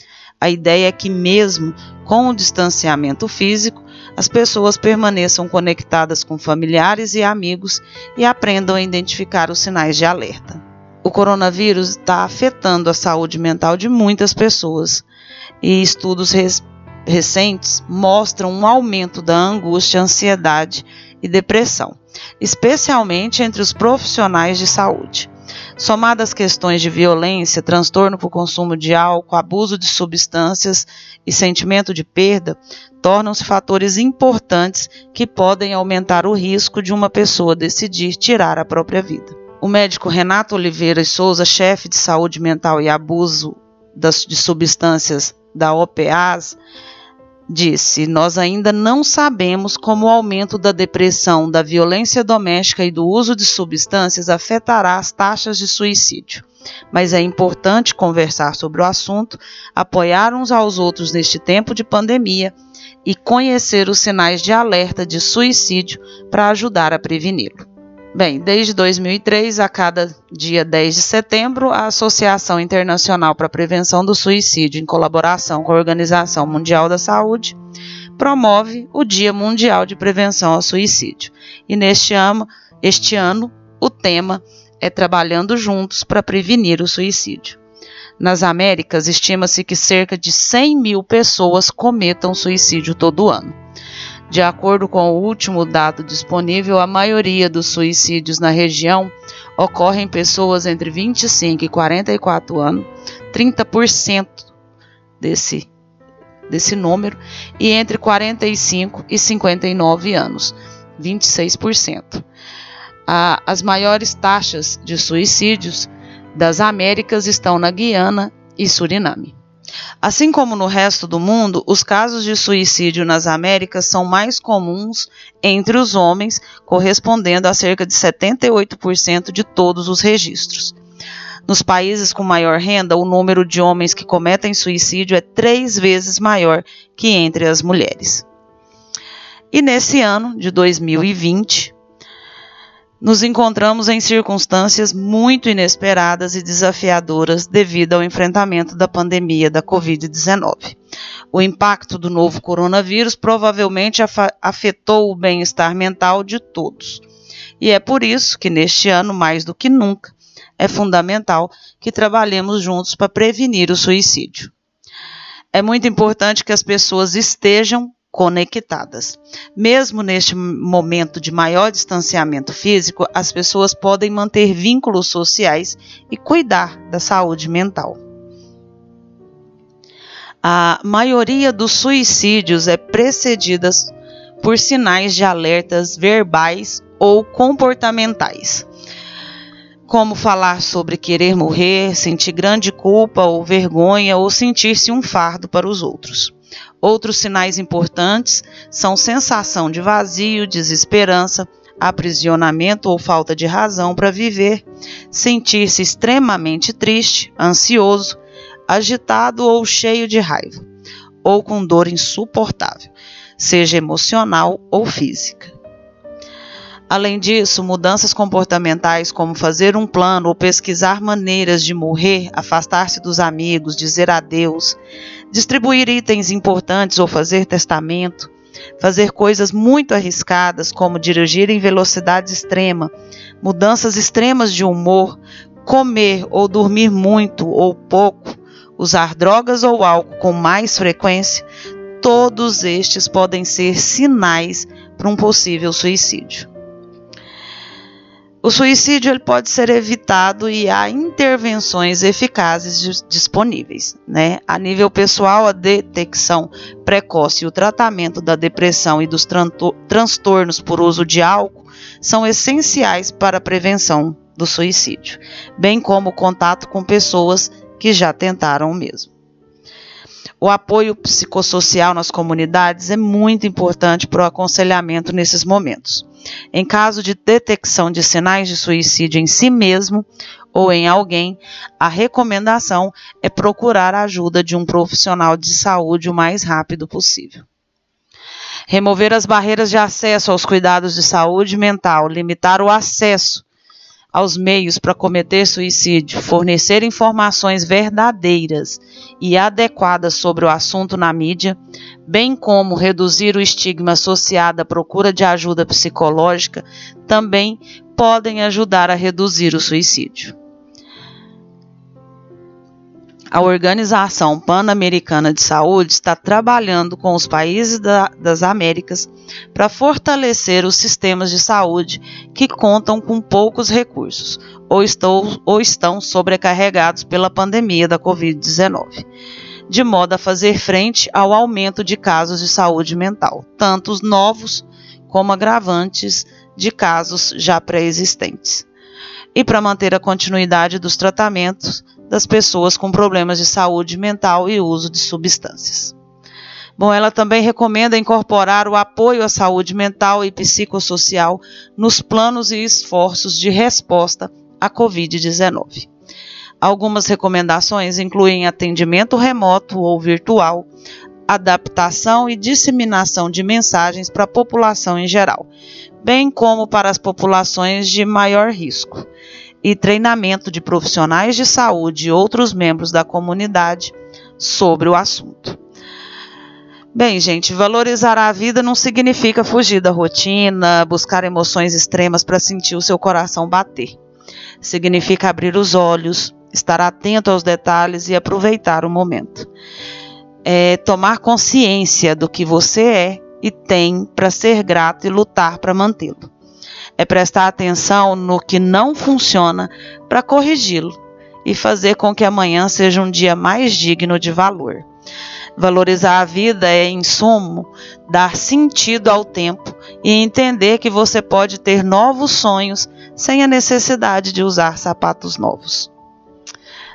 A ideia é que, mesmo com o distanciamento físico, as pessoas permaneçam conectadas com familiares e amigos e aprendam a identificar os sinais de alerta. O coronavírus está afetando a saúde mental de muitas pessoas e estudos res- recentes mostram um aumento da angústia, ansiedade e depressão, especialmente entre os profissionais de saúde. Somadas questões de violência, transtorno por consumo de álcool, abuso de substâncias e sentimento de perda, tornam-se fatores importantes que podem aumentar o risco de uma pessoa decidir tirar a própria vida. O médico Renato Oliveira e Souza, chefe de saúde mental e abuso das, de substâncias da O P A S, disse: nós ainda não sabemos como o aumento da depressão, da violência doméstica e do uso de substâncias afetará as taxas de suicídio. Mas é importante conversar sobre o assunto, apoiar uns aos outros neste tempo de pandemia e conhecer os sinais de alerta de suicídio para ajudar a preveni-lo. Bem, desde dois mil e três, a cada dia dez de setembro, a Associação Internacional para a Prevenção do Suicídio, em colaboração com a Organização Mundial da Saúde, promove o Dia Mundial de Prevenção ao Suicídio. E neste ano, este ano o tema é Trabalhando Juntos para Prevenir o Suicídio. Nas Américas, estima-se que cerca de cem mil pessoas cometam suicídio todo ano. De acordo com o último dado disponível, a maioria dos suicídios na região ocorrem em pessoas entre vinte e cinco e quarenta e quatro anos, trinta por cento desse, desse número, e entre quarenta e cinco e cinquenta e nove anos, vinte e seis por cento. A, as maiores taxas de suicídios das Américas estão na Guiana e Suriname. Assim como no resto do mundo, os casos de suicídio nas Américas são mais comuns entre os homens, correspondendo a cerca de setenta e oito por cento de todos os registros. Nos países com maior renda, o número de homens que cometem suicídio é três vezes maior que entre as mulheres. E nesse ano de dois mil e vinte, nos encontramos em circunstâncias muito inesperadas e desafiadoras devido ao enfrentamento da pandemia da covid dezenove. O impacto do novo coronavírus provavelmente afetou o bem-estar mental de todos. E é por isso que neste ano, mais do que nunca, é fundamental que trabalhemos juntos para prevenir o suicídio. É muito importante que as pessoas estejam conectadas. Mesmo neste momento de maior distanciamento físico, as pessoas podem manter vínculos sociais e cuidar da saúde mental. A maioria dos suicídios é precedida por sinais de alertas verbais ou comportamentais, como falar sobre querer morrer, sentir grande culpa ou vergonha ou sentir-se um fardo para os outros. Outros sinais importantes são sensação de vazio, desesperança, aprisionamento ou falta de razão para viver, sentir-se extremamente triste, ansioso, agitado ou cheio de raiva, ou com dor insuportável, seja emocional ou física. Além disso, mudanças comportamentais como fazer um plano ou pesquisar maneiras de morrer, afastar-se dos amigos, dizer adeus, distribuir itens importantes ou fazer testamento, fazer coisas muito arriscadas como dirigir em velocidade extrema, mudanças extremas de humor, comer ou dormir muito ou pouco, usar drogas ou álcool com mais frequência, todos estes podem ser sinais para um possível suicídio. O suicídio ele pode ser evitado e há intervenções eficazes disponíveis, né? A nível pessoal, a detecção precoce e o tratamento da depressão e dos transtornos por uso de álcool são essenciais para a prevenção do suicídio, bem como o contato com pessoas que já tentaram o mesmo. O apoio psicossocial nas comunidades é muito importante para o aconselhamento nesses momentos. Em caso de detecção de sinais de suicídio em si mesmo ou em alguém, a recomendação é procurar a ajuda de um profissional de saúde o mais rápido possível. Remover as barreiras de acesso aos cuidados de saúde mental, limitar o acesso aos meios para cometer suicídio, fornecer informações verdadeiras e adequadas sobre o assunto na mídia, bem como reduzir o estigma associado à procura de ajuda psicológica, também podem ajudar a reduzir o suicídio. A Organização Pan-Americana de Saúde está trabalhando com os países da, das Américas para fortalecer os sistemas de saúde que contam com poucos recursos ou estão, ou estão sobrecarregados pela pandemia da covid dezenove, de modo a fazer frente ao aumento de casos de saúde mental, tanto os novos como agravantes de casos já pré-existentes, e para manter a continuidade dos tratamentos das pessoas com problemas de saúde mental e uso de substâncias. Bom, ela também recomenda incorporar o apoio à saúde mental e psicossocial nos planos e esforços de resposta à covid dezenove. Algumas recomendações incluem atendimento remoto ou virtual, adaptação e disseminação de mensagens para a população em geral, bem como para as populações de maior risco, e treinamento de profissionais de saúde e outros membros da comunidade sobre o assunto. Bem, gente, valorizar a vida não significa fugir da rotina, buscar emoções extremas para sentir o seu coração bater. Significa abrir os olhos, estar atento aos detalhes e aproveitar o momento. É tomar consciência do que você é e tem para ser grato e lutar para mantê-lo. É prestar atenção no que não funciona para corrigi-lo e fazer com que amanhã seja um dia mais digno de valor. Valorizar a vida é, em sumo, dar sentido ao tempo e entender que você pode ter novos sonhos sem a necessidade de usar sapatos novos.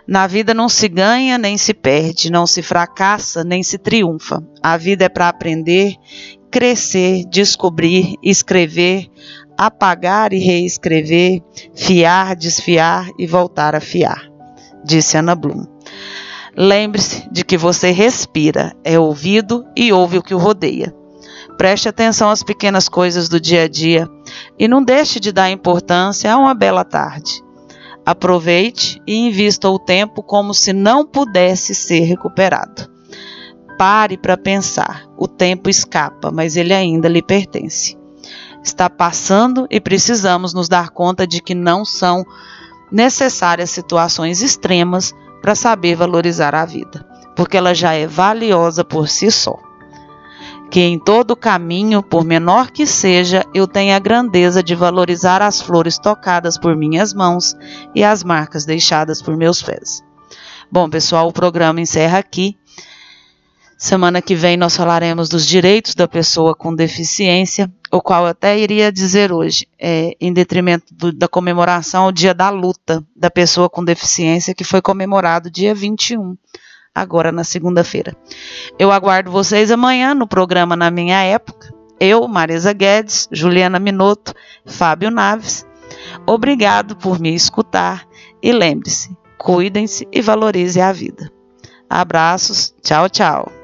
Na vida não se ganha nem se perde, não se fracassa nem se triunfa. A vida é para aprender, crescer, descobrir, escrever, apagar e reescrever, fiar, desfiar e voltar a fiar, disse Ana Bloom. Lembre-se de que você respira, é ouvido e ouve o que o rodeia. Preste atenção às pequenas coisas do dia a dia e não deixe de dar importância a uma bela tarde. Aproveite e invista o tempo como se não pudesse ser recuperado. Pare para pensar. O tempo escapa, mas ele ainda lhe pertence. Está passando e precisamos nos dar conta de que não são necessárias situações extremas para saber valorizar a vida, porque ela já é valiosa por si só. Que em todo caminho, por menor que seja, eu tenha a grandeza de valorizar as flores tocadas por minhas mãos e as marcas deixadas por meus pés. Bom, pessoal, o programa encerra aqui. Semana que vem nós falaremos dos direitos da pessoa com deficiência, o qual eu até iria dizer hoje, é, em detrimento do, da comemoração ao Dia da Luta da Pessoa com Deficiência, que foi comemorado dia vinte e um. Agora na segunda-feira. Eu aguardo vocês amanhã no programa Na Minha Época. Eu, Marisa Guedes, Juliana Minotto, Fábio Naves. Obrigado por me escutar e lembre-se, cuidem-se e valorizem a vida. Abraços, tchau, tchau.